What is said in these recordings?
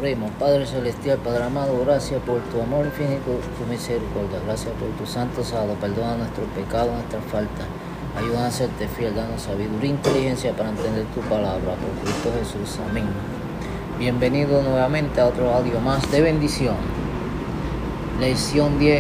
Oremos. Padre Celestial, Padre amado, gracias por tu amor infinito, tu misericordia. Gracias por tu santo sábado. Perdona nuestros pecados, nuestras faltas. Ayúdanos a serte fiel, danos sabiduría e inteligencia para entender tu palabra. Por Cristo Jesús. Amén. Bienvenido nuevamente a otro audio más de bendición. Lección 10.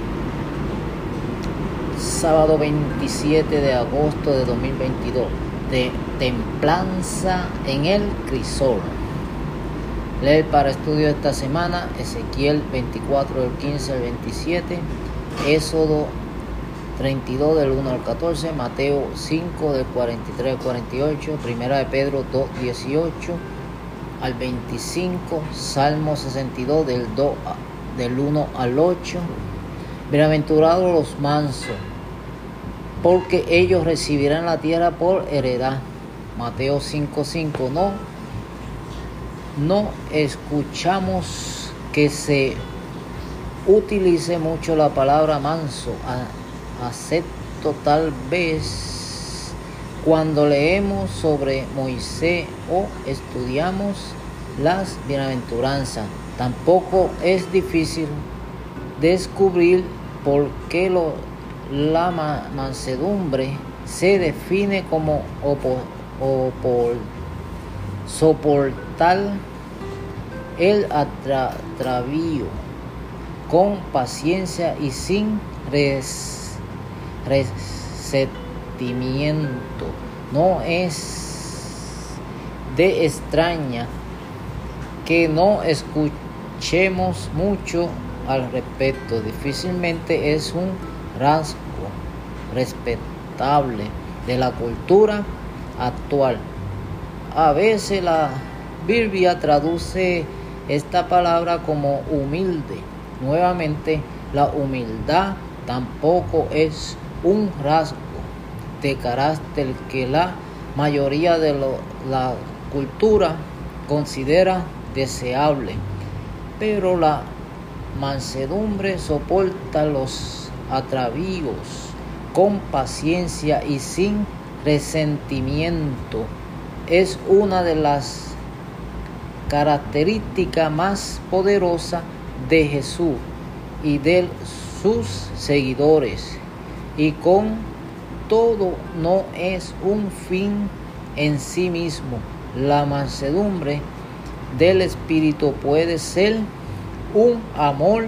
Sábado 27 de agosto de 2022. De templanza en el crisol. Leer para estudio esta semana: Ezequiel 24 del 15 al 27, Éxodo 32 del 1 al 14, Mateo 5 del 43 al 48, Primera de Pedro 2, 18 al 25, Salmo 62 del 1 al 8. Bienaventurados los mansos, porque ellos recibirán la tierra por heredad. Mateo 5:5. No escuchamos que se utilice mucho la palabra manso, acepto tal vez cuando leemos sobre Moisés o estudiamos las bienaventuranzas. Tampoco es difícil descubrir por qué la mansedumbre se define como soportar el atravío con paciencia y sin resentimiento. No es de extraña que no escuchemos mucho al respecto. Difícilmente es un rasgo respetable de la cultura actual. A veces la Biblia traduce esta palabra como humilde. Nuevamente, la humildad tampoco es un rasgo de carácter que la mayoría de la cultura considera deseable, pero la mansedumbre soporta los atravíos con paciencia y sin resentimiento. Es una de las características más poderosas de Jesús y de sus seguidores, y con todo no es un fin en sí mismo. La mansedumbre del Espíritu puede ser un amor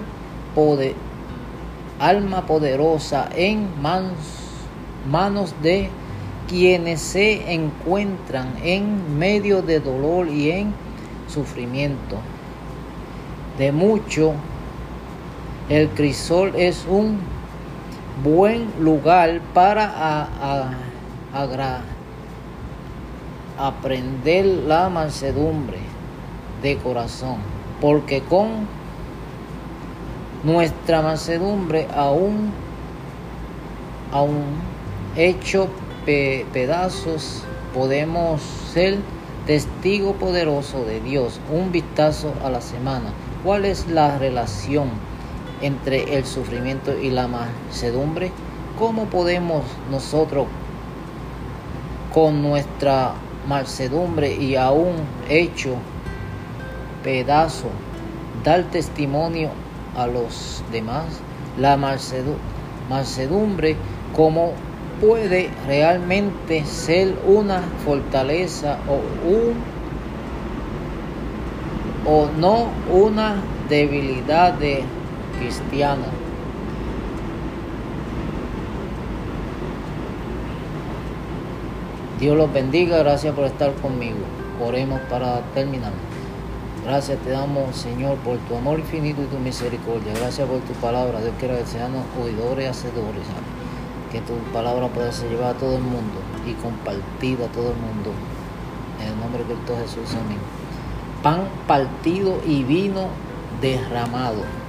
alma poderosa en manos de quienes se encuentran en medio de dolor y en sufrimiento. De mucho, el crisol es un buen lugar para aprender la mansedumbre de corazón, porque con nuestra mansedumbre aún hecho pedazos, podemos ser testigo poderoso de Dios. Un vistazo a la semana. ¿Cuál es la relación entre el sufrimiento y la mansedumbre? ¿Cómo podemos nosotros con nuestra mansedumbre y aún hecho pedazo dar testimonio a los demás? La mansedumbre, ¿cómo puede realmente ser una fortaleza o no una debilidad de cristiano? Dios los bendiga. Gracias por estar conmigo. Oremos para terminar. Gracias te damos, Señor, por tu amor infinito y tu misericordia. Gracias por tu palabra. Dios quiera que seamos oidores y hacedores. Que tu palabra pueda ser llevada a todo el mundo y compartida a todo el mundo. En el nombre de Cristo Jesús. Amén. Pan partido y vino derramado.